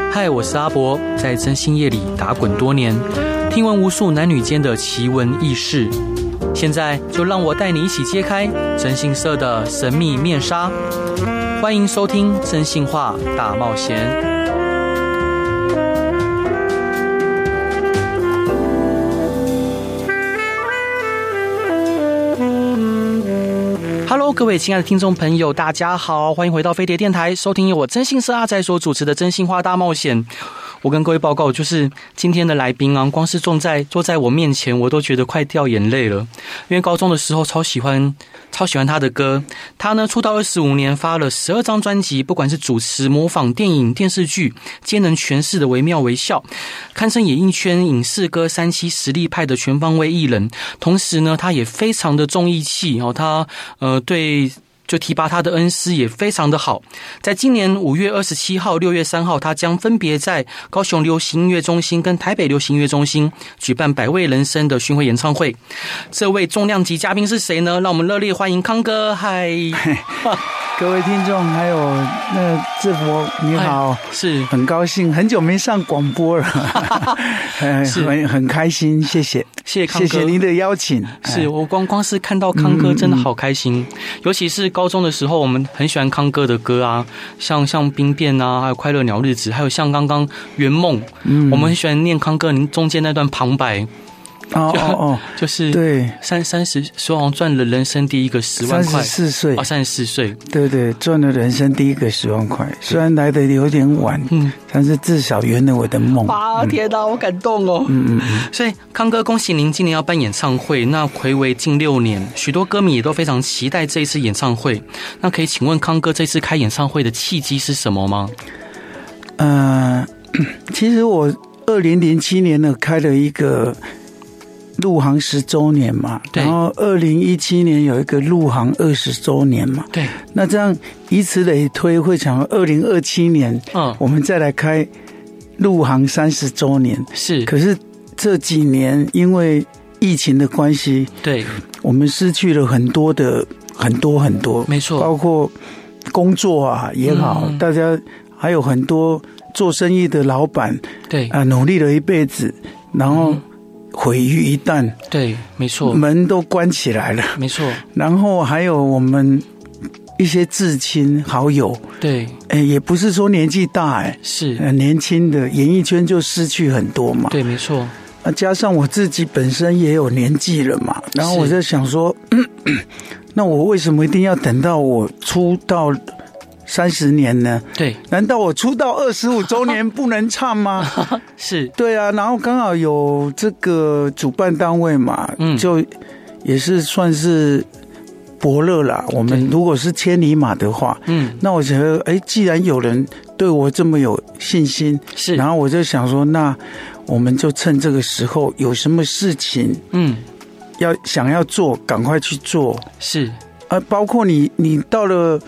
嗨，我是阿伯，在真心夜里打滚多年，听闻无数男女间的奇闻异事。现在就让我带你一起揭开真心社的神秘面纱。欢迎收听《真心话大冒险》。Hello， 各位亲爱的听众朋友，大家好，欢迎回到飞碟电台，收听由我真心社阿仔所主持的《真心话大冒险》。我跟各位报告，就是今天的来宾啊，光是坐在我面前，我都觉得快掉眼泪了。因为高中的时候超喜欢他的歌。他呢出道25年，发了12张专辑，不管是主持、模仿、电影、电视剧，皆能诠释的惟妙惟肖，堪称演艺圈影视歌三栖实力派的全方位艺人。同时呢，他也非常的重义气哦，他对。就提拔他的恩师也非常的好。在今年5月27号、6月3号，他将分别在高雄流行音乐中心跟台北流行音乐中心举办百味人生的巡回演唱会。这位重量级嘉宾是谁呢？让我们热烈欢迎康哥。嗨， 各位听众，还有那志博，你好， 是很高兴，很久没上广播了，很开心，谢谢康哥，谢谢您的邀请。 是我光是看到康哥真的好开心，尤其是高中的时候，我们很喜欢康哥的歌啊，像兵变啊，还有快乐鸟日子，还有像刚刚圆梦，我们很喜欢念康哥您中间那段旁白。就是对30说好像赚了人生第一个10万块 ，34岁 34岁， 对，赚了人生第一个10万块，虽然来的有点晚，但是至少圆了我的梦。 天哪，好感动哦！所以康哥，恭喜您今年要办演唱会，那睽违近6年，许多歌迷也都非常期待这一次演唱会。那可以请问康哥，这次开演唱会的契机是什么吗？ 其实我2007年呢开了一个入行10周年嘛，然后2017年有一个入行20周年嘛， 对， 那这样以此类推，会想2027年，我们再来开入行30周年， 是。 可是这几年因为疫情的关系， 对， 我们失去了很多， 没错， 包括工作啊也好，大家还有很多做生意的老板， 对努力了一辈子，然后毁于一旦， 对，没错， 门都关起来了， 没错。 然后还有我们一些至亲好友， 对， 也不是说年纪大， 是年轻的演艺圈就失去很多嘛， 对，没错。 加上我自己本身也有年纪了嘛，然后我在想说，那我为什么一定要等到我出道30年呢？对，难道我出道25周年不能唱吗？ 是， 对啊，然后刚好有这个主办单位嘛，就也是算是伯乐啦。我们如果是千里马的话，那我觉得，既然有人对我这么有信心，是，然后我就想说，那我们就趁这个时候，有什么事情，想要做，赶快去做。是，包括你到了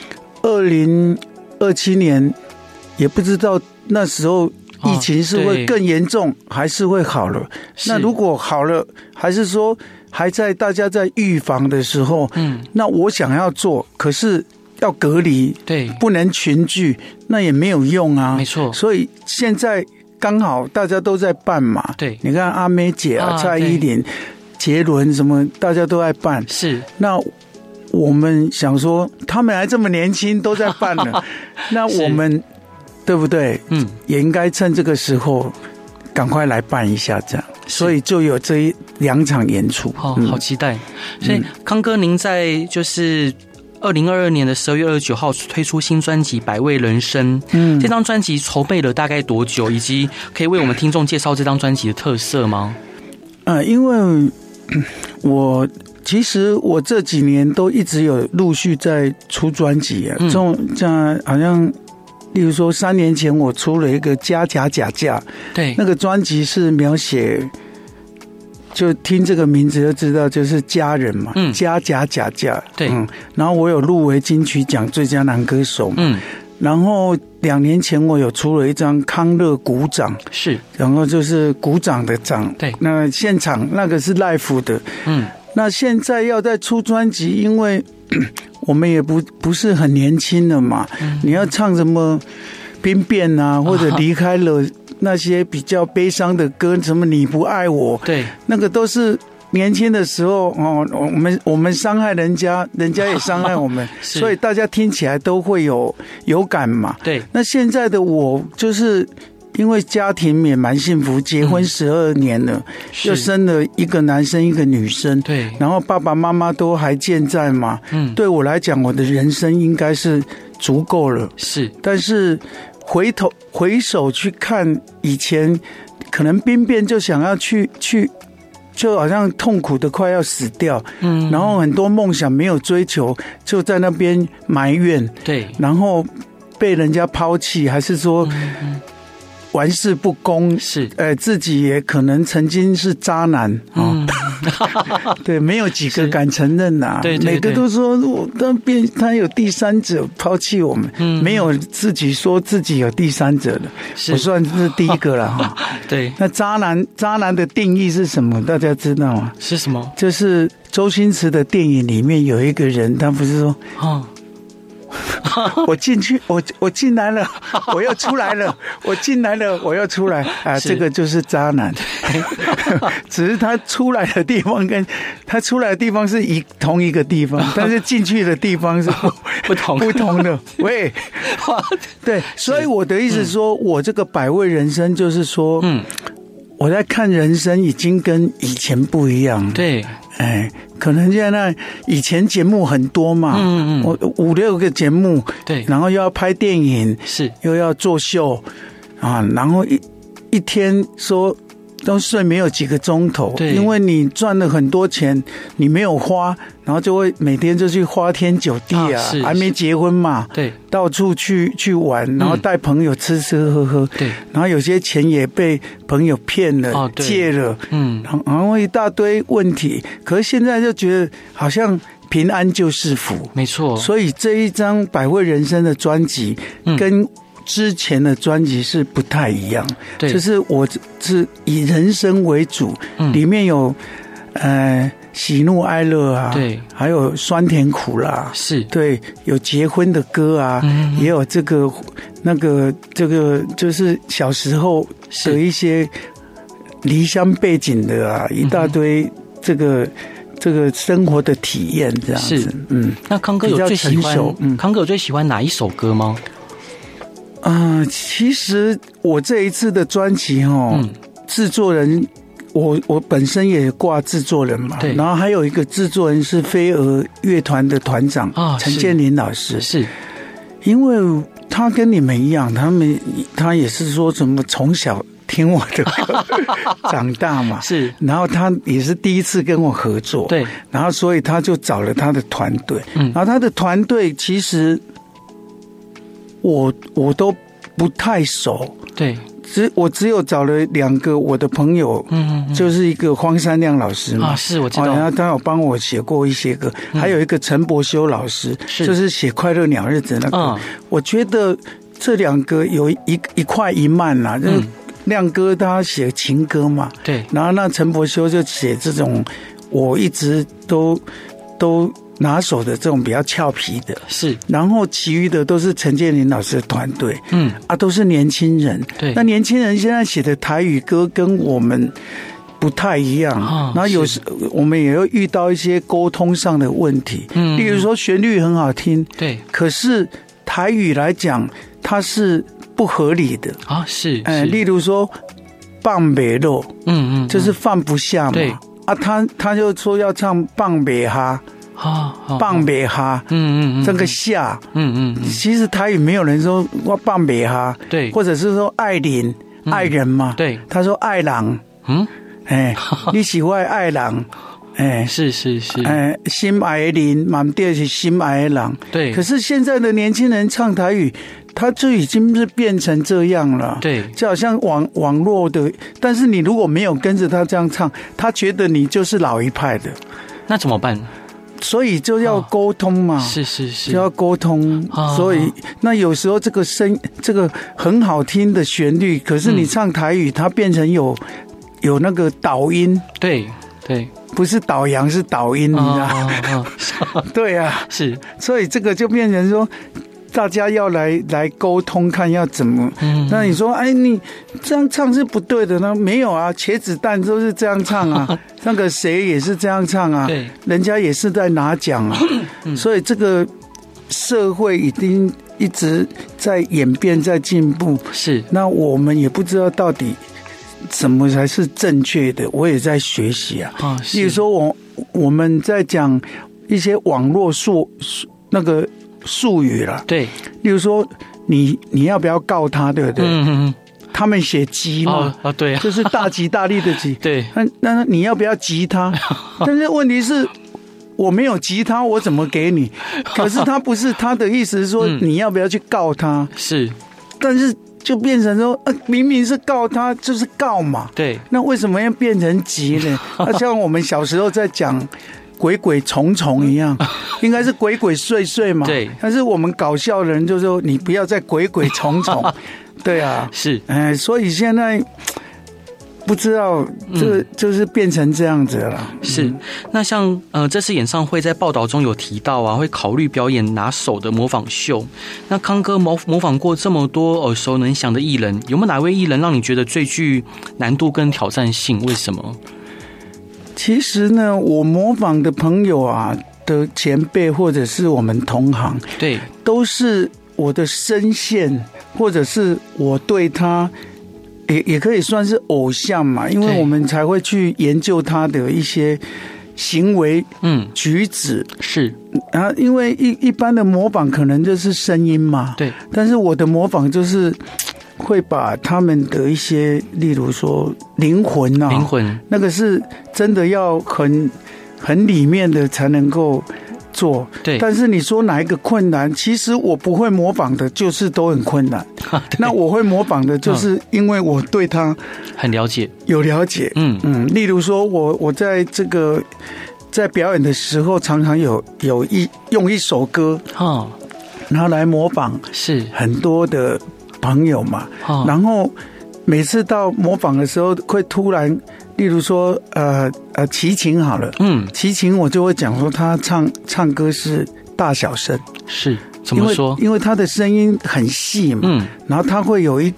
2027年，也不知道那时候疫情是会更严重，还是会好了。那如果好了，还是说还在大家在预防的时候，那我想要做，可是要隔离，对，不能群聚，那也没有用啊。没错，所以现在刚好大家都在办嘛。对，你看阿妹姐啊，蔡依林、杰伦什么，大家都在办。是，那我们想说，他们还这么年轻，都在办了，那我们对不对？也应该趁这个时候赶快来办一下，这样。所以就有这2场演出。 好期待。所以康哥，您在就是2022年的12月29号推出新专辑《百味人生》。这张专辑筹备了大概多久？以及可以为我们听众介绍这张专辑的特色吗？ 因为其实我这几年都一直有陆续在出专辑啊，这样好像，例如说3年前我出了一个假，对，那个专辑是描写，就听这个名字就知道就是家人嘛，假，对，然后我有入围金曲奖最佳男歌手嘛，然后2年前我有出了一张康乐鼓掌，是，然后就是鼓掌的掌，对，那现场那个是 live 的，那现在要再出专辑，因为我们也不是很年轻了嘛，你要唱什么兵变啊，或者离开了那些比较悲伤的歌，什么你不爱我， 对， 那个都是年轻的时候哦，我们伤害人家，人家也伤害我们，所以大家听起来都会有感嘛。 对， 那现在的我就是因为家庭也蛮幸福，结婚12年了，又生了一个男生一个女生， 对， 然后爸爸妈妈都还健在嘛，对我来讲，我的人生应该是足够了。 是，但是回首去看以前，可能兵变就想要去。就好像痛苦的快要死掉，然后很多梦想没有追求，就在那边埋怨， 对， 然后被人家抛弃，还是说玩世不恭， 是， 自己也可能曾经是渣男啊，对，没有几个敢承认呐， 对， 每个都说他有第三者抛弃我们，没有自己说自己有第三者的，我算是第一个了哈。 对， 那渣男的定义是什么？大家知道吗？ 是什么？ 就是周星驰的电影里面有一个人，他不是说我进去，我进来了，我又出来了，我进来了，我又出来啊！这个就是渣男，只是他出来的地方跟他出来的地方是同一个地方，但是进去的地方是不同的。喂，对，所以我的意思说，我这个百味人生就是说，我在看人生已经跟以前不一样。 对。 可能现在以前节目很多嘛，我5-6个节目， 对， 然后又要拍电影， 是， 又要做秀啊，然后一天说都睡没有几个钟头， 对， 因为你赚了很多钱，你没有花，然后就会每天就去花天酒地啊，还没结婚嘛， 对， 到处去玩，然后带朋友吃喝喝， 对， 然后有些钱也被朋友骗了，借了，然后一大堆问题，可是现在就觉得好像平安就是福， 没错， 所以这一张百味人生的专辑跟之前的专辑是不太一样，对，就是我是以人生为主，里面有喜怒哀乐啊，对，还有酸甜苦辣，是，对，有结婚的歌啊，也有这个就是小时候的一些离乡背景的啊，一大堆这个生活的体验这样子， 那康哥有最喜欢康哥有最喜欢哪一首歌吗？ 其实我这一次的专辑制作人我本身也挂制作人嘛，对，然后还有一个制作人是飞蛾乐团的团长陈建林老师，是，因为他跟你们一样，他也是说什么从小听我的歌长大嘛，是，然后他也是第一次跟我合作，对，然后所以他就找了他的团队，然后他的团队其实我都不太熟，对，我只有找了2个我的朋友，就是一个荒山亮老师嘛，是我知道，然后他有帮我写过一些歌，还有一个陈柏修老师，就是写《快乐鸟日子》那个，我觉得这2个有一快一慢啦，就是亮哥他写情歌嘛，对，然后那陈柏修就写这种我一直都拿手的这种比较俏皮的，是，然后其余的都是陈建林老师的团队，都是年轻人，对，那年轻人现在写的台语歌跟我们不太一样，然后有时我们也会遇到一些沟通上的问题，例如说旋律很好听，对，可是台语来讲它是不合理的啊，是，例如说放不落，就是放不下嘛，对，他就说要唱放不哈。棒北哈，这个下，其实台语没有人说我棒北哈，对，或者是说爱人，爱人嘛，对，他说爱郎，你喜欢爱郎，是，心爱的人，满地是心爱的人，对，可是现在的年轻人唱台语，他就已经是变成这样了，对，就好像网络的，但是你如果没有跟着他这样唱，他觉得你就是老一派的， 那怎么办？ 所以就要沟通嘛，是，就要沟通。所以那有时候这个很好听的旋律，可是你唱台语，它变成有那个导音，对，不是导阳是导音，你知道吗？对啊，是。所以这个就变成说， 大家要来沟通，看要怎么。那你说，哎，你这样唱是不对的呢？没有啊，茄子蛋都是这样唱啊，那个谁也是这样唱啊，人家也是在拿奖啊。所以这个社会已经一直在演变，在进步。 是， 那我们也不知道到底什么才是正确的，我也在学习啊。例如说我们在讲一些网络那个术语啦， 对， 例如说你要不要告他，对不对？他们写急嘛， 对， 就是大吉大利的吉， 对。 那你要不要急他？但是问题是，我没有急他，我怎么给你？可是他不是，他的意思是说，你要不要去告他？ 是， 但是就变成说，明明是告他，就是告嘛。 对， 那为什么要变成急呢？像我们小时候在讲鬼鬼祟祟一样，应该是鬼鬼祟祟嘛。 对， 但是我们搞笑的人就说，你不要再鬼鬼祟祟。对啊， 是， 所以现在不知道，这就是变成这样子了。 是，那像这次演唱会在报道中有提到啊，会考虑表演拿手的模仿秀。那康哥模仿过这么多耳熟能详的艺人，有没有哪位艺人让你觉得最具难度跟挑战性？为什么？ 其实呢，我模仿的朋友啊的前辈或者是我们同行， 对， 都是我的声线，或者是我对他。也可以算是偶像嘛，因为我们才会去研究他的一些行为、举止是。 然后因为一般的模仿可能就是声音嘛，对。但是我的模仿就是会把他们的一些，例如说灵魂啊，那个是真的要很里面的才能够做。对。但是你说哪一个困难？其实我不会模仿的，就是都很困难。那我会模仿的，就是因为我对他很了解， 有了解。例如说我在这个在表演的时候，常常用一首歌然后来模仿，是很多的朋友嘛。然后每次到模仿的时候，会突然。例如说，齐秦好了，齐秦我就会讲说他唱歌是大小声， 是怎么说？ 因为他的声音很细嘛，然后他会有一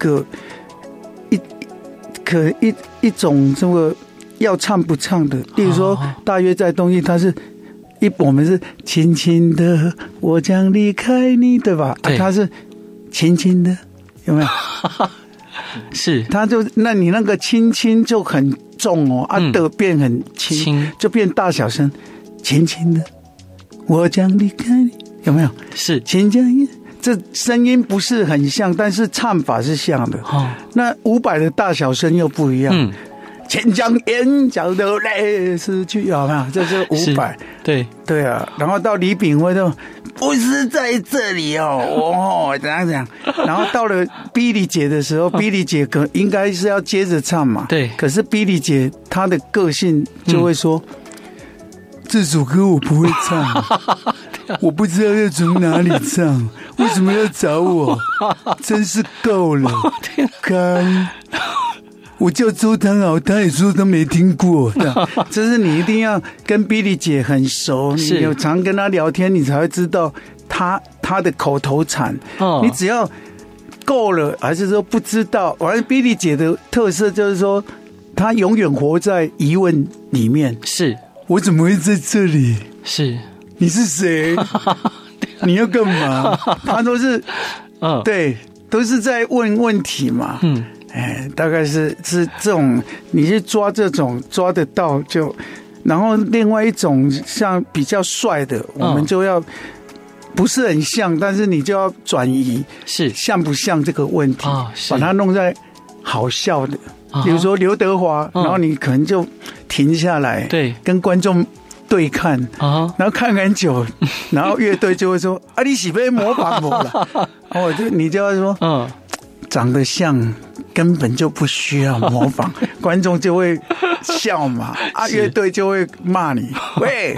种这个要唱不唱的，例如说大约在东西，他是我们是轻轻的我将离开你，对吧？他是轻轻的，有没有？ 是， 他就那你那个轻轻就很重哦，的变很轻，就变大小声，轻轻的，我将离开你，有没有？是，轻轻，这声音不是很像，但是唱法是像的。那伍佰的大小声又不一样。千江眼角的泪失去，有没有？这是伍佰。对啊，然后到李炳辉就不是在这里哦，怎样。然后到了 Billy 姐的时候，Billy 姐应该是要接着唱嘛。对。可是 Billy 姐她的个性就会说，这首歌我不会唱，我不知道要从哪里唱，为什么要找我？真是够了，干。我叫周汤豪，他也说他没听过。就是你一定要跟 Billy 姐很熟，你有常跟他聊天，你才会知道他的口头禅。你只要够了，还是说不知道？反正 Billy 姐的特色就是说，她永远活在疑问里面。是，我怎么会在这里？是，你是谁？你要干嘛？他都是，对，都是在问问题嘛。大概是这种，你去抓这种抓得到就，然后另外一种像比较帅的，我们就要不是很像，但是你就要转移是像不像这个问题，把它弄在好笑的，比如说刘德华，然后你可能就停下来，对，跟观众对看，然后看很久，然后乐队就会说啊，你是被模仿我了，然后你就要说，长得像根本就不需要模仿，观众就会笑嘛，乐队就会骂你，喂，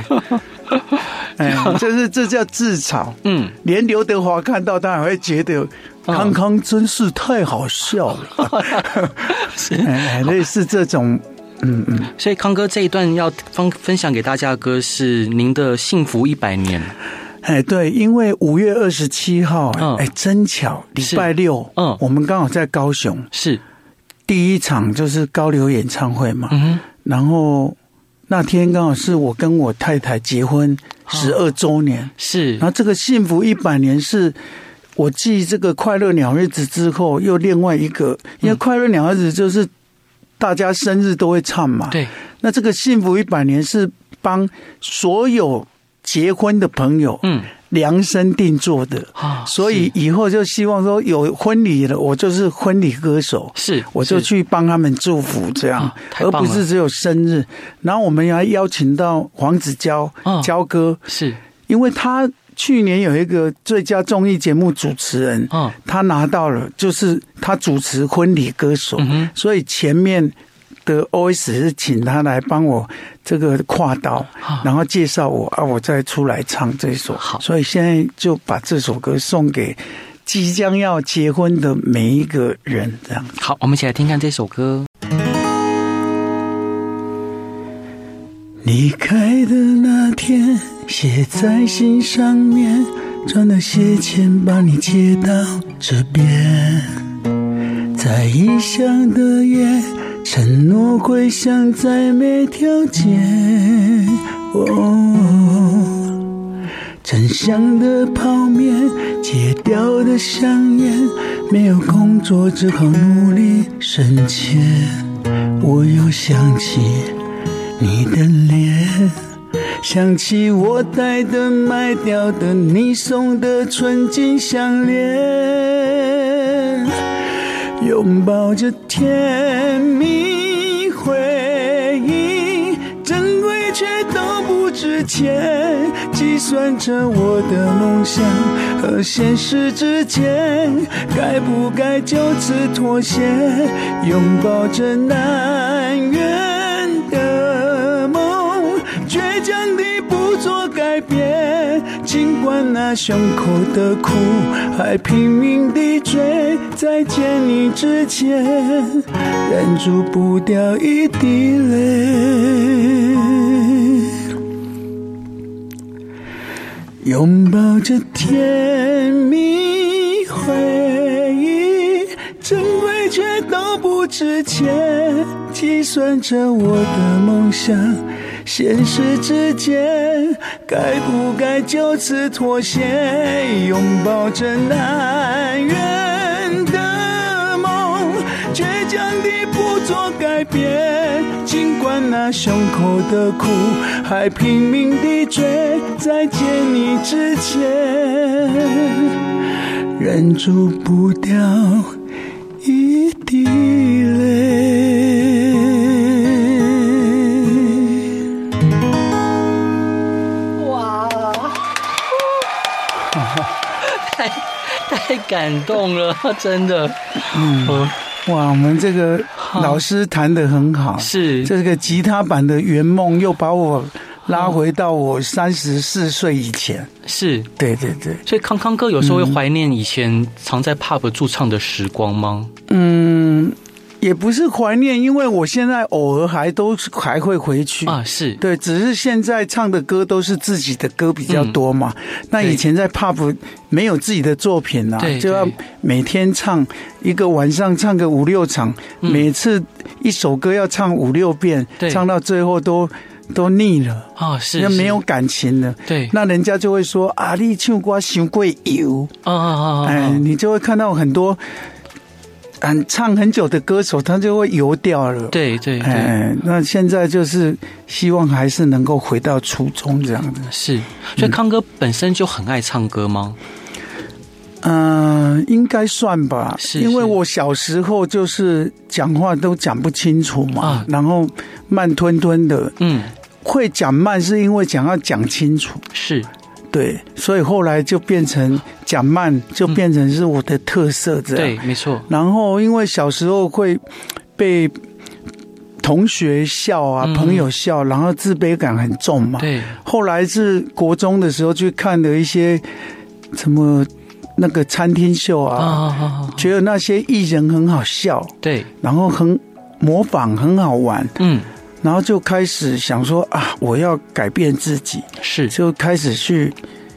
这叫自嘲，连刘德华看到他还会觉得康康真是太好笑了，类似这种，所以康哥这一段要分享给大家的歌是您的《幸福100年》。 对，因为5月27号，真巧，礼拜六，我们刚好在高雄， 是第一场就是高流演唱会嘛，然后那天刚好是我跟我太太结婚12周年， 是， 然后这个幸福100年是我继这个快乐鸟日子之后又另外一个，因为快乐鸟日子就是大家生日都会唱嘛， 对， 那这个幸福100年是帮所有结婚的朋友量身定做的，所以以后就希望说有婚礼了，我就是婚礼歌手， 是， 我就去帮他们祝福这样，而不是只有生日。然后我们还邀请到黄子佼，佼哥， 是因为他去年有一个最佳综艺节目主持人，他拿到了，就是他主持婚礼歌手，所以前面的 OS 是请他来帮我这个跨刀，然后介绍我我再出来唱这首。所以现在就把这首歌送给即将要结婚的每一个人，这样。 好，我们一起来听看这首歌。 离开的那天，写在信上面，转了些钱把你接到这边，在异乡的夜，承诺会响在每条街。真香的泡面，戒掉的香烟，没有工作只好努力省钱。我又想起你的脸，想起我戴的卖掉的你送的纯金项链，拥抱着甜蜜回忆，珍贵却都不值钱，计算着我的梦想和现实之间，该不该就此妥协，拥抱着南辕的梦，倔强地不做改变，尽管那胸口的苦还拼命地追，在见你之前忍住不掉一滴泪，拥抱着甜蜜回忆，珍贵却都不值钱，计算着我的梦想现实之间，该不该就此妥协，拥抱着南辕的梦，倔强地不做改变，尽管那胸口的苦还拼命地追，在见你之前忍住不掉一滴泪。 太感动了，真的。 哇，我们这个老师弹得很好， 是这个吉他版的圆梦又把我拉回到我34岁以前。 是， 对对对。 所以康康哥有时候会怀念以前常在 pub 驻唱的时光吗？ 也不是怀念，因为我现在偶尔还会回去啊，是对，只是现在唱的歌都是自己的歌比较多嘛。那以前在 pub 没有自己的作品啊，就要每天唱一个晚上唱个5-6场，每次一首歌要唱5-6遍，唱到最后都腻了啊，是因为没有感情了。 对， 那人家就会说啊，你唱歌太过油你就会看到很多。唱很久的歌手，他就会油掉了。 对对对， 那现在就是希望还是能够回到初衷这样的。 是，所以康哥本身就很爱唱歌吗？ 应该算吧。 是， 因为我小时候就是讲话都讲不清楚嘛，然后慢吞吞的。会讲慢是因为要讲清楚。是。对，所以后来就变成讲慢，就变成是我的特色这样。 对，没错。 然后因为小时候会被同学笑啊，朋友笑，然后自卑感很重嘛。对。后来是国中的时候去看了一些什么那个餐厅秀啊，觉得那些艺人很好笑。对。然后很模仿，很好玩。然后就开始想说啊，我要改变自己，是就开始去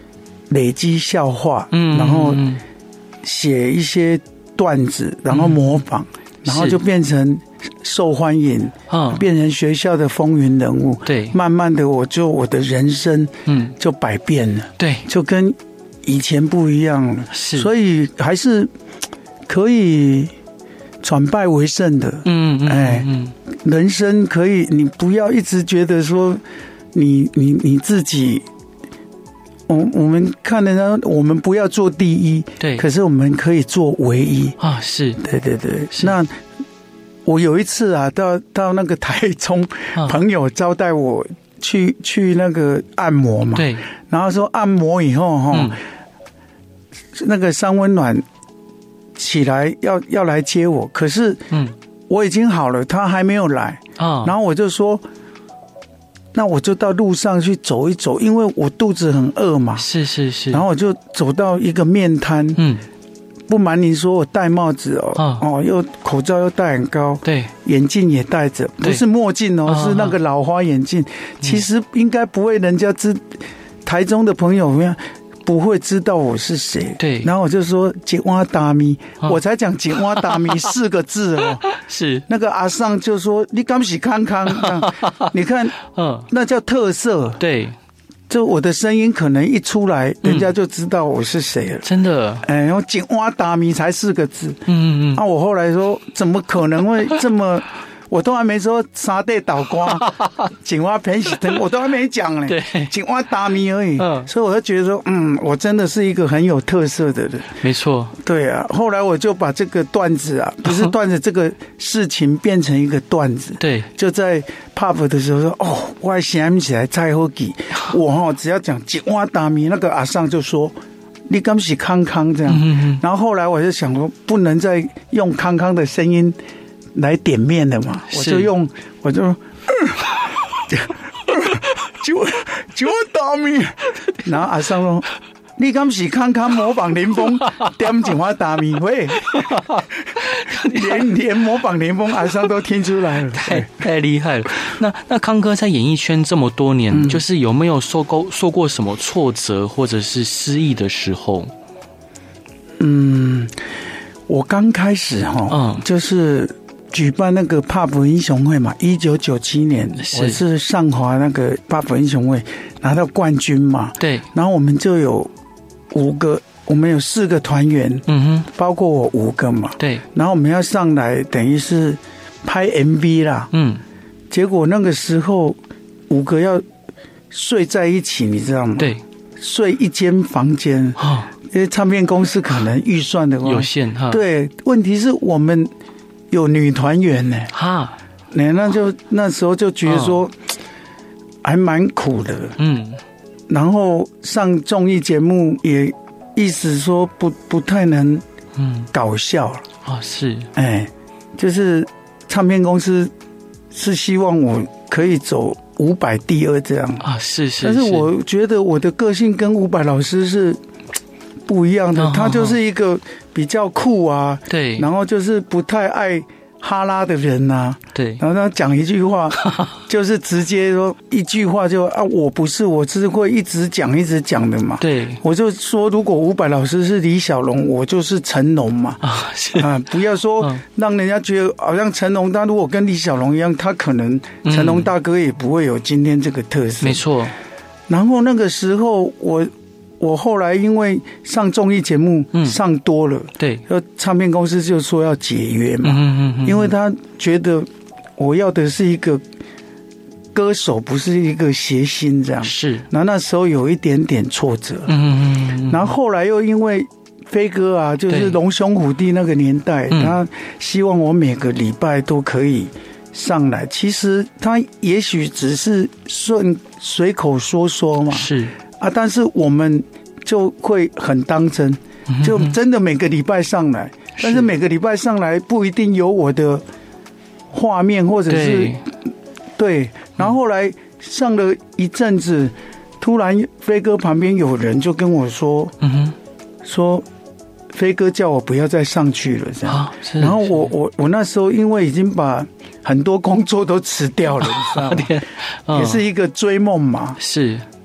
累积笑话，然后写一些段子，然后模仿，然后就变成受欢迎，变成学校的风云人物。 对， 慢慢的我的人生就百变了， 对， 就跟以前不一样了。 是， 所以还是可以转败为胜的。人生可以，你不要一直觉得说你自己。我们看人家，我们不要做第一， 对， 可是我们可以做唯一啊！是， 对。那我有一次啊，到那个台中，朋友招待我去那个按摩嘛， 对， 然后说按摩以后那个三温暖起来要来接我，可是我已经好了，他还没有来啊，然后我就说。那我就到路上去走一走，因为我肚子很饿嘛。 是。 然后我就走到一个面摊，不瞒您说，我戴帽子又口罩又戴很高， 对， 眼镜也戴着，不是墨镜是那个老花眼镜。其实应该不会，人家台中的朋友不会知道我是谁。 对， 然后我就说井蛙达咪，我才讲井蛙达咪4个字是那个阿尚就说你敢不是康康？你看，那叫特色。对，就我的声音可能一出来，人家就知道我是谁了。 真的， 然后井蛙达咪才4个字。那我后来说，怎么可能会这么？我都还没说沙地倒瓜，井蛙偏喜灯，我都还没讲呢。对，井蛙达咪而已。所以我就觉得说，我真的是一个很有特色的人。 没错。对啊，后来我就把这个段子啊，不是段子，这个事情变成一个段子。对，就在 pub 的时候说，我还想起来蔡好记，我只要讲井蛙达咪，那个阿尚就说。你敢不是康康这样？然后后来我就想说，不能再用康康的声音来点面了嘛，我就就大米，然后阿尚说。你敢不是康康模仿林峰点井蛙大米喂，连模仿林峰阿尚都听出来了， 太厉害了。那康哥在演艺圈这么多年，就是有没有受过什么挫折或者是失意的时候？ 我刚开始就是举办那个 PUB 英雄会嘛，1997年我是上华那个 PUB 英雄会拿到冠军嘛，对，然后我们就有我们有4个团员，包括我5个嘛，对，然后我们要上来等于是拍 MV 啦，结果那个时候5个要睡在一起，你知道吗？对，睡一间房间，因为唱片公司可能预算的话有限哈， 对，问题是我们有女团员呢，那时候就觉得说还蛮苦的，然后上综艺节目也意思说不太能搞笑了是就是唱片公司是希望我可以走伍佰第2这样是，但是我觉得我的个性跟伍佰老师是不一样的，他就是一个比较酷啊，对，然后就是不太爱哈拉的人啊，对，然后他讲一句话就是直接说一句话就我不是，我是会一直讲的嘛，对，我就说如果伍佰老师是李小龙，我就是成龙嘛，不要说让人家觉得好像成龙他如果跟李小龙一样，他可能成龙大哥也不会有今天这个特色，没错。然后那个时候我后来因为上综艺节目上多了，对，唱片公司就说要解约嘛，因为他觉得我要的是一个歌手，不是一个谐星这样，是。然后那时候有一点点挫折，然后后来又因为飞哥啊，就是龙兄虎弟那个年代，他希望我每个礼拜都可以上来，其实他也许只是随口说嘛，是。但是我们就会很当真，就真的每个礼拜上来，但是每个礼拜上来不一定有我的画面，或者是对。然后后来上了一阵子，突然飞哥旁边有人就跟我说，说飞哥叫我不要再上去了，这样。然后我那时候因为已经把很多工作都辞掉了，你知道吗？也是一个追梦嘛，是。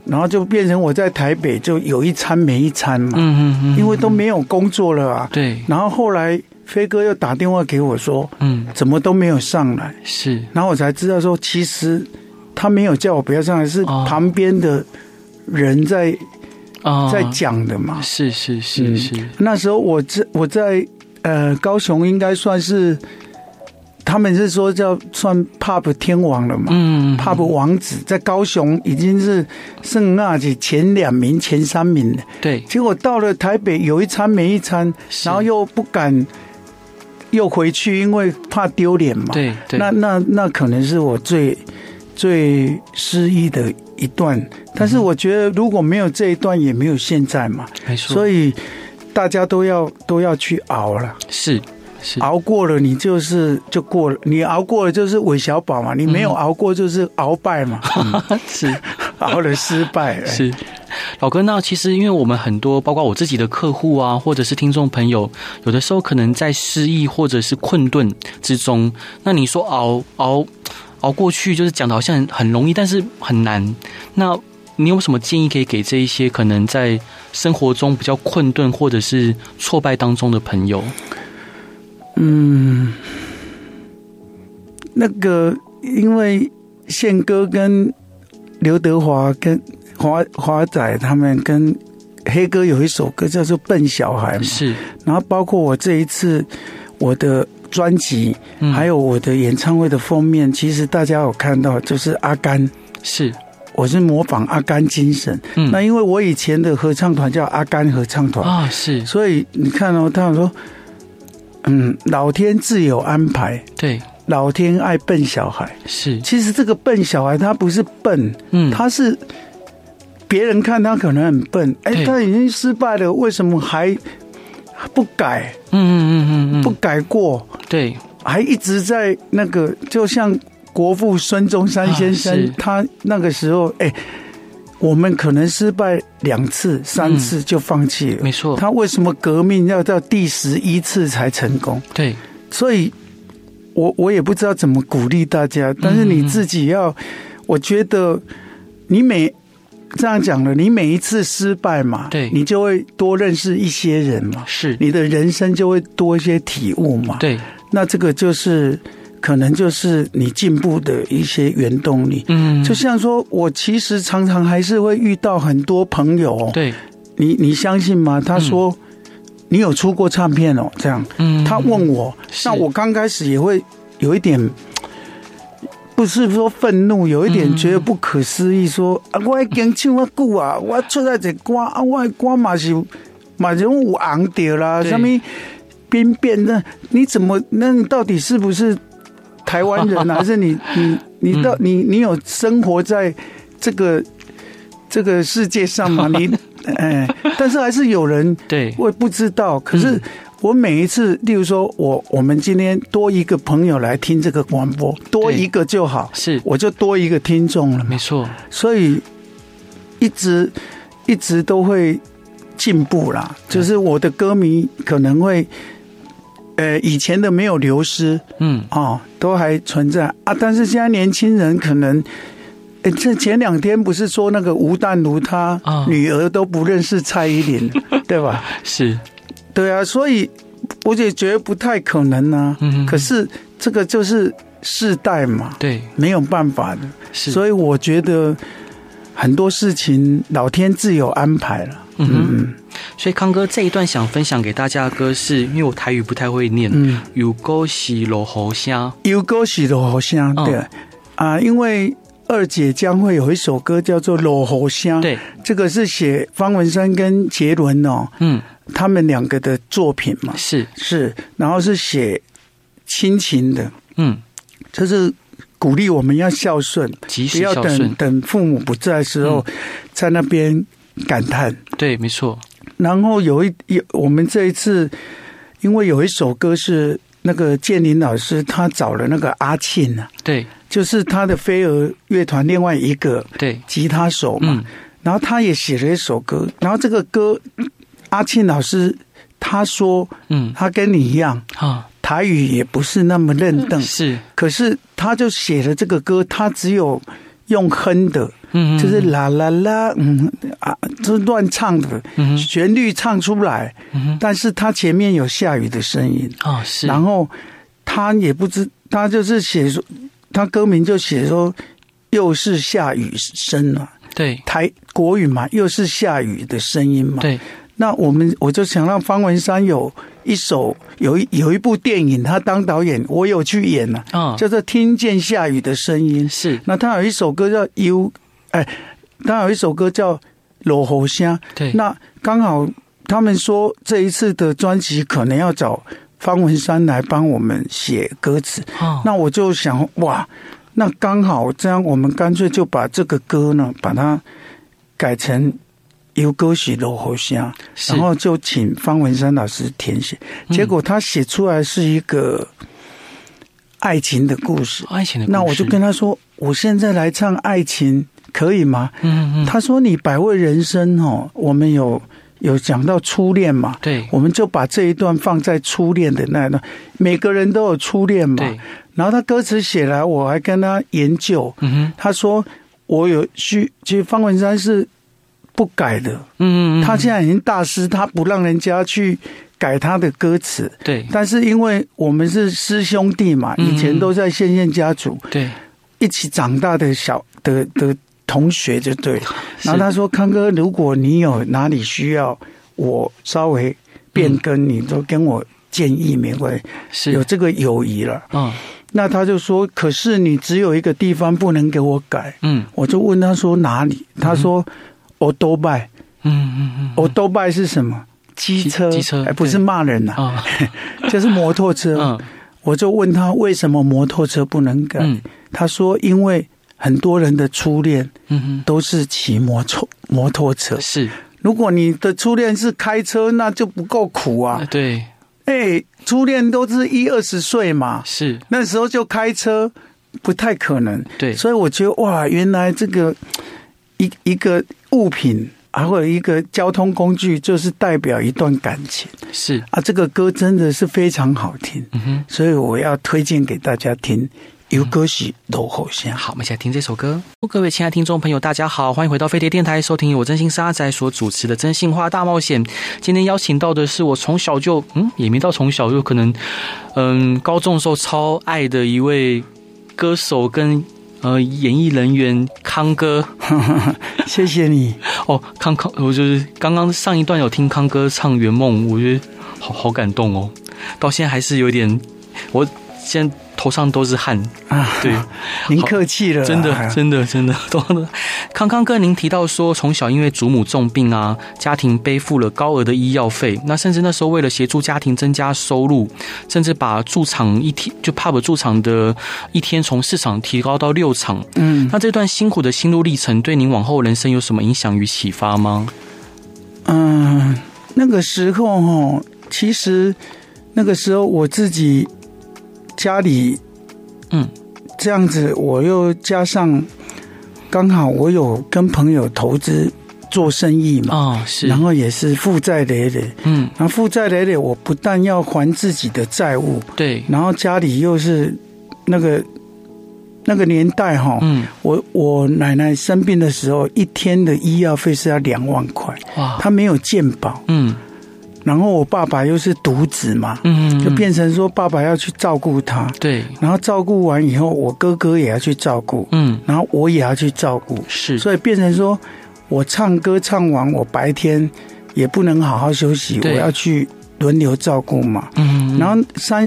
然后就变成我在台北就有一餐没一餐嘛，因为都没有工作了啊。 对。 然后后来飞哥又打电话给我说，怎么都没有上来。 是。 然后我才知道说，其实他没有叫我不要上来，是旁边的人在讲的嘛。 是。 那时候我在高雄应该算是。他们是说算 pub 天王了嘛，pub 王子在高雄已经是剩那几前2名、前3名了。 对， 结果到了台北有一餐没一餐，然后又不敢又回去，因为怕丢脸嘛。 对， 那可能是我最失意的一段。但是我觉得如果没有这一段，也没有现在嘛。 没错， 所以大家都要去熬了。 是。 熬过了，你就过了；你熬过了就是韦小宝嘛，你没有熬过就是熬败嘛。 是熬了失败。 是老哥，那其实因为我们很多，包括我自己的客户啊，或者是听众朋友，有的时候可能在失意或者是困顿之中，那你说熬过去，就是讲的好像很容易，但是很难。那你有什么建议可以给这一些可能在生活中比较困顿或者是挫败当中的朋友？ 那个因为宪哥跟刘德华跟华仔他们跟黑哥有一首歌叫做《笨小孩》嘛， 是。 然后包括我这一次我的专辑，还有我的演唱会的封面，其实大家有看到，就是阿甘，是。我是模仿阿甘精神，那因为我以前的合唱团叫阿甘合唱团啊，是。所以你看哦，他们说。老天自有安排，对，老天爱笨小孩，是。其实这个笨小孩他不是笨，他是别人看他可能很笨，他已经失败了，为什么还不改？不改过，对，还一直在那个，就像国父孙中山先生，他那个时候，我们可能失败2次、3次就放弃了，没错。他为什么革命要到第11次才成功？对，所以我也不知道怎么鼓励大家，但是你自己要，我觉得你这样讲了，你每一次失败嘛，对，你就会多认识一些人嘛，是，你的人生就会多一些体悟嘛，对，那这个可能就是你进步的一些原动力。就像说我其实常常还是会遇到很多朋友，对，你相信吗？他说你有出过唱片哦，这样，他问我，那我刚开始也会有一点，不是说愤怒，有一点觉得不可思议，说我已经唱啊久啊，我出来这歌啊，我的歌嘛是有红掉啦，什么兵变，那你怎么？那你到底是不是台湾人还是你有生活在这个世界上吗？但是还是有人对我也不知道。可是我每一次，例如说我们今天多一个朋友来听这个广播，多一个就好，是我就多一个听众了，没错。所以一直都会进步啦，就是我的歌迷可能会。以前的没有流失，都还存在啊。但是现在年轻人可能，这前2天不是说那个吴淡如他女儿都不认识蔡依林，对吧？是，对啊，所以我也觉得不太可能啊。可是这个就是世代嘛，对，没有办法的。所以我觉得很多事情老天自有安排了。 所以康哥这一段想分享给大家的歌是，因为我台语不太会念，有歌是落雨声， 有歌是落雨声，对啊，因为二姐将会有一首歌叫做《落雨声》，对，这个是写方文山跟杰伦他们2个的作品嘛，是，然后是写亲情的，就是鼓励我们要孝顺，不要等父母不在的时候在那边感叹，对，没错。然后我们这一次，因为有一首歌是那个建林老师他找了那个阿庆啊，对，就是他的飞儿乐团另外一个对吉他手嘛，然后他也写了一首歌，然后这个歌阿庆老师他说，他跟你一样台语也不是那么认凳，是，可是他就写了这个歌，他只有用哼的，就是啦啦啦，就是乱唱的，旋律唱出来，但是他前面有下雨的声音是， 然后他也不知，他就是写说，他歌名就写说又是下雨声啊， 对， 国语嘛，又是下雨的声音嘛， 对。 那我就想到方文山有一部电影，他当导演，我有去演了，叫做《听见下雨的声音》。 是， 那他有一首歌叫他有一首歌叫《落雨声》。 对， 那刚好他们说这一次的专辑可能要找方文山来帮我们写歌词。那我就想，哇，那刚好这样，我们干脆就把这个歌呢，把它改成。有歌曲落雨声，然后就请方文山老师填写，结果他写出来是一个爱情的故事。那我就跟他说，我现在来唱爱情可以吗？他说你百味人生我们有讲到初恋嘛， 对， 我们就把这一段放在初恋的那一段，每个人都有初恋嘛。然后他歌词写来，我还跟他研究。他说我有其实方文山是不改的，他现在已经大师，他不让人家去改他的歌词， 对。 但是因为我们是师兄弟嘛，以前都在县家族， 对， 一起长大的的同学就对。然后他说：“康哥，如果你有哪里需要我稍微变更，你都跟我建议，没关系，有这个友谊了。”那他就说：“可是你只有一个地方不能给我改。”我就问他说哪里？他说。欧多拜，欧多拜是什么？机车，不是骂人呐，就是摩托车。我就问他为什么摩托车不能改？他说因为很多人的初恋，都是骑摩托车。是，如果你的初恋是开车，那就不够苦啊。 对， 初恋都是20岁嘛，是那时候就开车，不太可能。对，所以我觉得哇，原来这个。一个物品还有一个交通工具，就是代表一段感情。是啊，这个歌真的是非常好听，所以我要推荐给大家听。有歌曲落雨声。 好，我们一起来听这首歌。各位亲爱的听众朋友，大家好，欢迎回到飞碟电台，收听由我真心是阿仔所主持的真心话大冒险。今天邀请到的是我从小就也没到从小就可能高中的时候超爱的一位歌手跟。演艺人员康哥， 谢谢你康，我就是刚刚上一段有听康哥唱《圆梦》，我觉得好感动哦，到现在还是有点，我现在头上都是汗啊。对， 您客气了， 真的。康哥，您提到说，从小因为祖母重病啊，家庭背负了高额的医药费，那甚至那时候为了协助家庭增加收入，甚至把驻场pub 驻场的一天从4场提高到6场。那这段辛苦的心路历程，对您往后人生有什么影响与启发吗？ 那个时候其实那个时候我自己家里，这样子，我又加上。刚好我有跟朋友投资做生意嘛，是，然后也是负债累累，然后负债累累，我不但要还自己的债务，对，然后家里又是那个年代我奶奶生病的时候，一天的医药费是要2万块，哇，她没有健保，然后我爸爸又是独子嘛，就变成说爸爸要去照顾他，对，然后照顾完以后，我哥哥也要去照顾，然后我也要去照顾，是，所以变成说我唱歌唱完，我白天也不能好好休息，我要去轮流照顾嘛，然后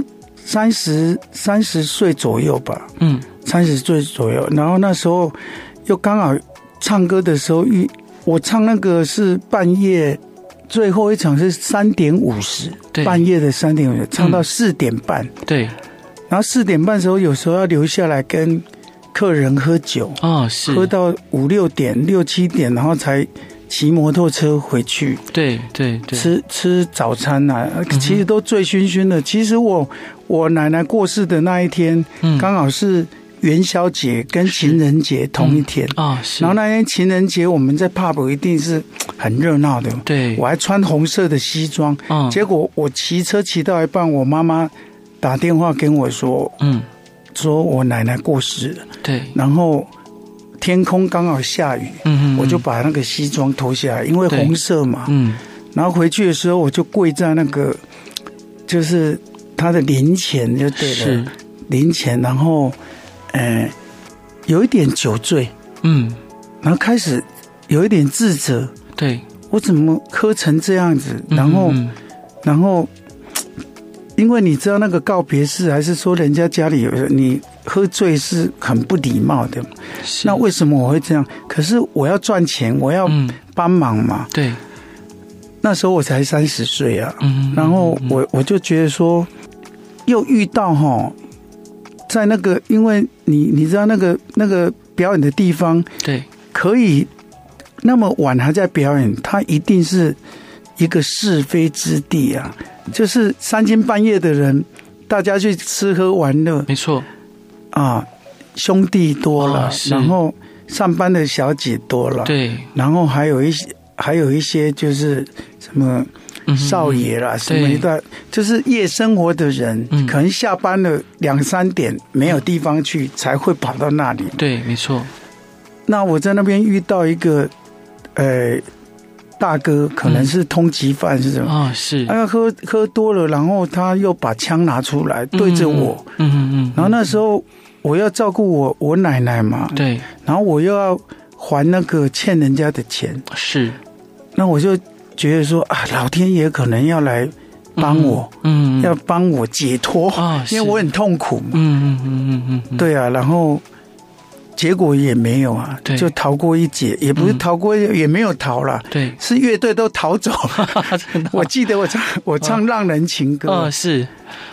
30岁左右吧，30岁左右，然后那时候又刚好唱歌的时候，我唱那个是半夜。最后一场是3点50，半夜的3点50，唱到4点半。对，然后4点半的时候，有时候要留下来跟客人喝酒是喝到5、6点、6、7点，然后才骑摩托车回去。对，吃早餐啊，其实都醉醺醺的。其实我奶奶过世的那一天，刚好是。元宵节跟情人节同一天然后那天情人节我们在 pub 一定是很热闹的，对，我还穿红色的西装，结果我骑车骑到一半，我妈妈打电话跟我说，说我奶奶过世了，对，然后天空刚好下雨，我就把那个西装脱下来，因为红色嘛，然后回去的时候我就跪在那个就是他的灵前就对了，灵前，然后有一点酒醉，然后开始有一点自责， 对， 我怎么喝成这样子，然后因为你知道那个告别式还是说人家家里有你喝醉是很不礼貌的，那为什么我会这样？可是我要赚钱，我要帮忙嘛。对，那时候我才30岁啊，然后我就觉得说，又遇到在那个，因为你知道那个表演的地方，对，可以那么晚还在表演，它一定是一个是非之地啊。就是3更半夜的人，大家去吃喝玩乐，没错啊，兄弟多了，然后上班的小姐多了，对，然后还有一些就是什么少爷啦，什么一段，就是夜生活的人，可能下班了2、3点没有地方去，才会跑到那里。对，没错。那我在那边遇到一个大哥，可能是通缉犯是什么啊？是，他喝多了，然后他又把枪拿出来对着我，然后那时候我要照顾我奶奶嘛，对，然后我又要还那个欠人家的钱，是，那我就觉得说啊，老天爷可能要来帮我，要帮我解脱啊，因为我很痛苦嘛，对啊，然后。结果也没有啊，就逃过一劫，也不是逃过，也没有逃了，对，是乐队都逃走了。我记得我唱《浪人情歌》，是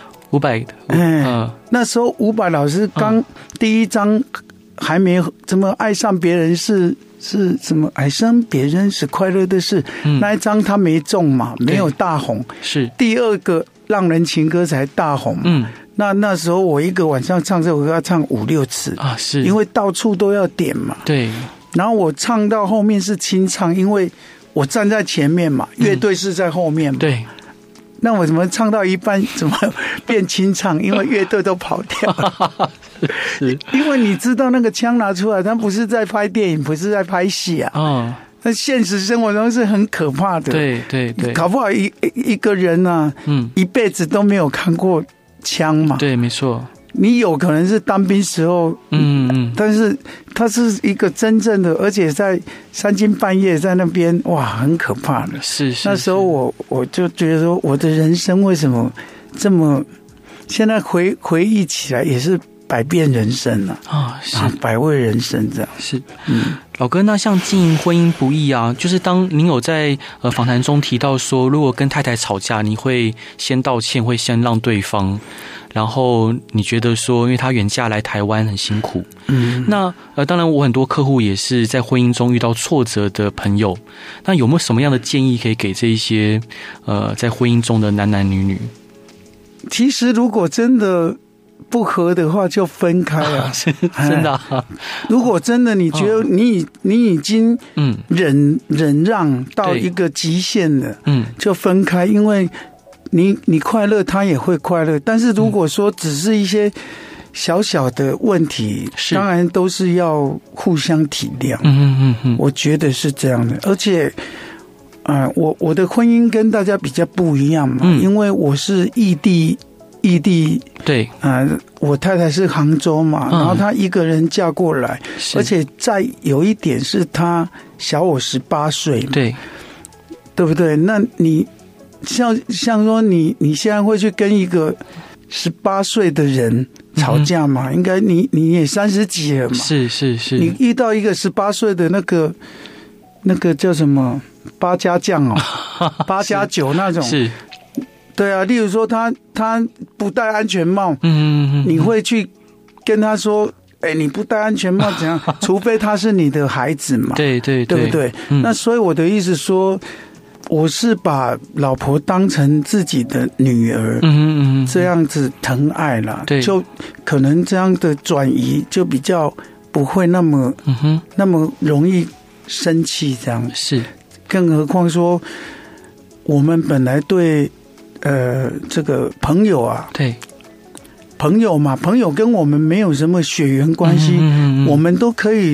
500的，那时候伍佰老师刚第一张还没怎么爱上别人是什么爱上别人是快乐的事，那一张他没中嘛，没有大红，是第二个《浪人情歌》才大红，那时候我一个晚上唱这首歌要唱5、6次啊，是因为到处都要点嘛。对，然后我唱到后面是清唱，因为我站在前面嘛，乐队是在后面嘛。对，那我怎么唱到一半怎么变清唱？因为乐队都跑掉了。是，因为你知道那个枪拿出来，他不是在拍电影，不是在拍戏啊。那现实生活中是很可怕的。对对对，搞不好一个人啊，一辈子都没有看过。枪嘛，对，没错。你有可能是当兵时候，但是他是一个真正的，而且在3更半夜在那边，哇，很可怕的。是，那时候我就觉得说，我的人生为什么这么？现在回忆起来也是百变人生啊，是百味人生这样。是，老哥，那像经营婚姻不易啊，就是当您有在访谈中提到说，如果跟太太吵架，你会先道歉，会先让对方，然后你觉得说，因为他远嫁来台湾很辛苦，那当然我很多客户也是在婚姻中遇到挫折的朋友，那有没有什么样的建议可以给这一些在婚姻中的男男女女？其实如果真的不合的话就分开啊，真的如果真的你觉得你已经忍让到一个极限了，就分开，因为你快乐他也会快乐，但是如果说只是一些小小的问题，当然都是要互相体谅，我觉得是这样的。而且我的婚姻跟大家比较不一样嘛，因为我是异地，对，我太太是杭州嘛，然后她一个人嫁过来，而且再有一点是她小我18岁嘛，对不对？那你像说你现在会去跟一个18岁的人吵架嘛？应该你也30几了嘛？是，你遇到一个18岁的那个叫什么8家将哦，8加9那种是。对啊，例如说他不戴安全帽，你会去跟他说，你不戴安全帽怎样？除非他是你的孩子嘛，对不对？那所以我的意思说，我是把老婆当成自己的女儿，这样子疼爱啦，就可能这样的转移就比较不会那么容易生气这样。是，更何况说我们本来对。这个朋友啊，对，朋友嘛，朋友跟我们没有什么血缘关系，我们都可以体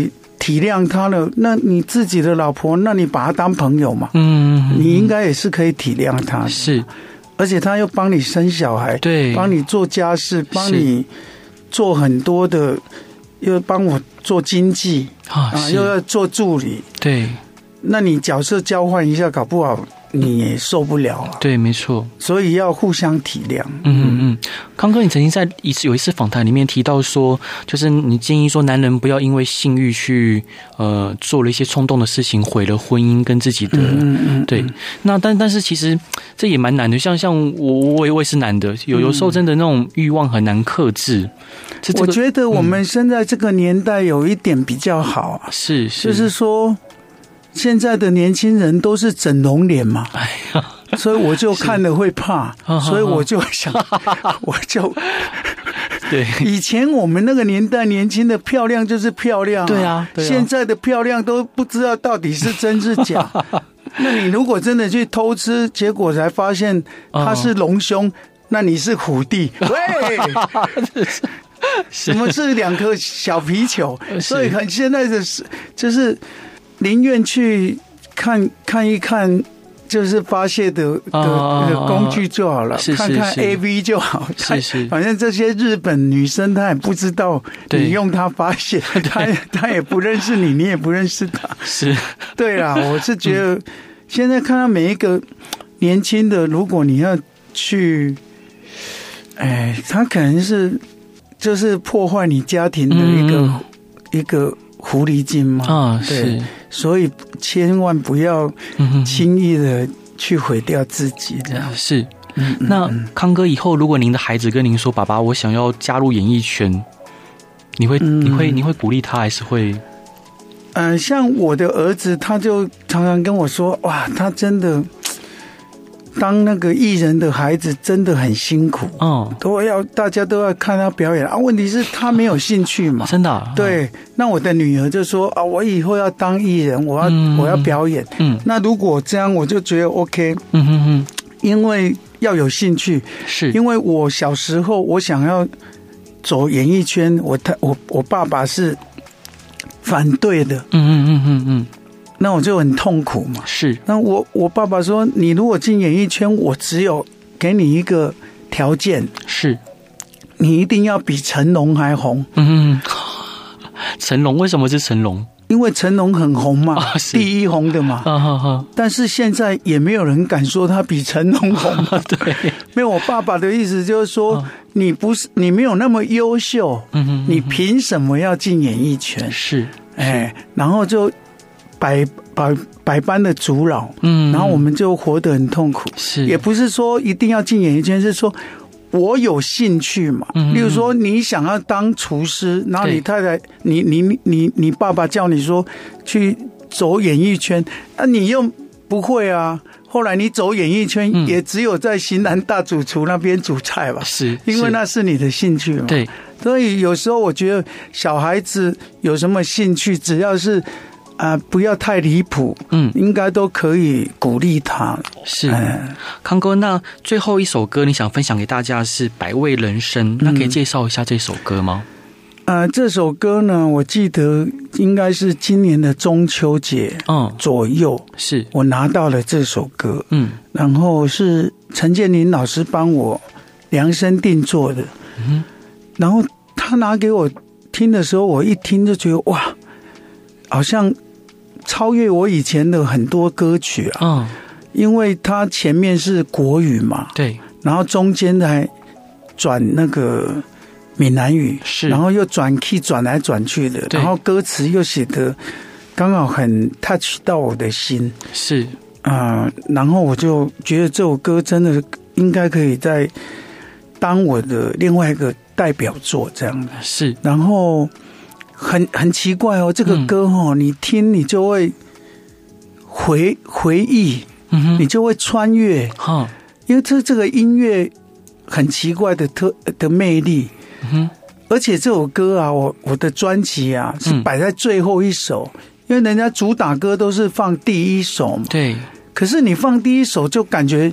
体谅他了，那你自己的老婆，那你把她当朋友嘛，你应该也是可以体谅她的， 是， 而且他又帮你生小孩， 对， 帮你做家事，帮你做很多的，又帮我做经济又要做助理， 对， 那你角色交换一下，搞不好你也受不了啊。 对，没错，所以要互相体谅。 康哥，你曾经在有一次访谈里面提到说，就是你建议说，男人不要因为性欲去做了一些冲动的事情，毁了婚姻跟自己的对。那但是其实这也蛮难的，像我也是男的，有时候真的那种欲望很难克制。 我觉得我们现在这个年代有一点比较好啊， 是， 就是说现在的年轻人都是整容脸嘛，哎呀。所以我就看了会怕，所以我就想，我就对。 以前我们那个年代，年轻的漂亮就是漂亮， 对啊。 现在的漂亮都不知道到底是真是假。那你如果真的去偷吃，结果才发现它是隆胸，那你是虎弟，喂。什么是2颗小皮球？所以现在的就是宁愿去看一看。就是发泄的工具就好了，看看 AV 就好， 是， 反正这些日本女生她也不知道你用它发泄，她也不认识你，你也不认识她， 是， 对啦，我是觉得现在看到每一个年轻的，如果你要去，他可能是就是破坏你家庭的一个狐狸精嘛，对，所以千万不要轻易的去毁掉自己，这样是。那康哥，以后如果您的孩子跟您说：“爸爸，我想要加入演艺圈”，你会鼓励他，还是会？ 像我的儿子，他就常常跟我说：“哇，他真的。”当那个艺人的孩子真的很辛苦，大家都要看他表演啊。问题是他没有兴趣嘛， 真的。 对，那我的女儿就说啊，我以后要当艺人，我要表演。那如果这样，我就觉得 OK。因为要有兴趣， 是因为我小时候我想要走演艺圈，我爸爸是反对的。那我就很痛苦嘛。 是， 那我爸爸说，你如果进演艺圈，我只有给你一个条件， 是你一定要比成龙还红。 成龙为什么是成龙？ 因为成龙很红嘛，第一红的嘛。但是现在也没有人敢说他比成龙红。 对， 没有。我爸爸的意思就是说，你没有那么优秀，你凭什么要进演艺圈？ 是， 然后就。百般的阻挠，然后我们就活得很痛苦。 是， 也不是说一定要进演艺圈，是说我有兴趣嘛。例如说，你想要当厨师，然后你太太，你爸爸叫你说去走演艺圈，你又不会啊。后来你走演艺圈，也只有在型南大主厨那边煮菜吧， 是因为那是你的兴趣嘛。 对， 所以有时候我觉得小孩子有什么兴趣，只要是。不要太离谱，应该都可以鼓励他。 是，康哥，那最后一首歌你想分享给大家是《百味人生》，那可以介绍一下这首歌吗？ 这首歌呢，我记得应该是今年的中秋节左右， 是我拿到了这首歌，然后是陈建林老师帮我量身定做的，然后他拿给我听的时候，我一听就觉得哇，好像。超越我以前的很多歌曲啊，因为它前面是国语嘛， 对， 然后中间还转那个闽南语， 是， 然后又转 key 转来转去的，然后歌词又写得刚好很 touch 到我的心， 是然后我就觉得这首歌真的应该可以在当我的另外一个代表作这样的， 是， 然后。很奇怪哦，这个歌你听你就会回忆，你就会穿越，因为这个音乐很奇怪的魅力，而且这首歌啊，我的专辑啊是摆在最后一首，因为人家主打歌都是放第一首嘛， 对， 可是你放第一首就感觉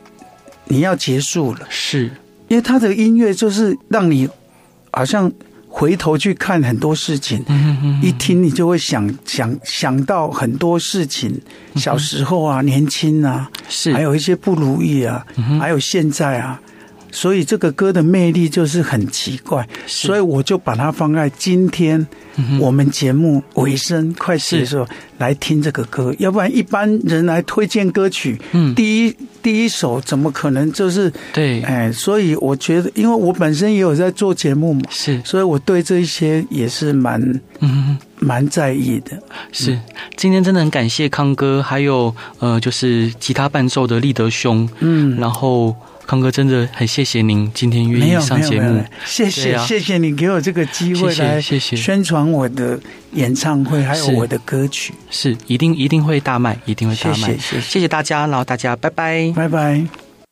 你要结束了， 是因为它的音乐就是让你好像。 回头去看很多事情，一听你就会想到很多事情，小时候啊，年轻啊， 是还有一些不如意啊，还有现在啊。所以这个歌的魅力就是很奇怪，所以我就把它放在今天我们节目尾声快结的时候来听这个歌，要不然一般人来推荐歌曲，第一首怎么可能就是对？ 所以我觉得，因为我本身也有在做节目嘛， 是， 所以我对这一些也是蛮在意的。 是，今天真的很感谢康哥，还有就是吉他伴奏的立德兄，然后。康哥真的很谢谢您今天愿意上节目， 谢谢你给我这个机会来宣传我的演唱会，还有我的歌曲， 是一定会大卖，一定会大卖。 谢谢大家，然后大家拜拜， 拜拜。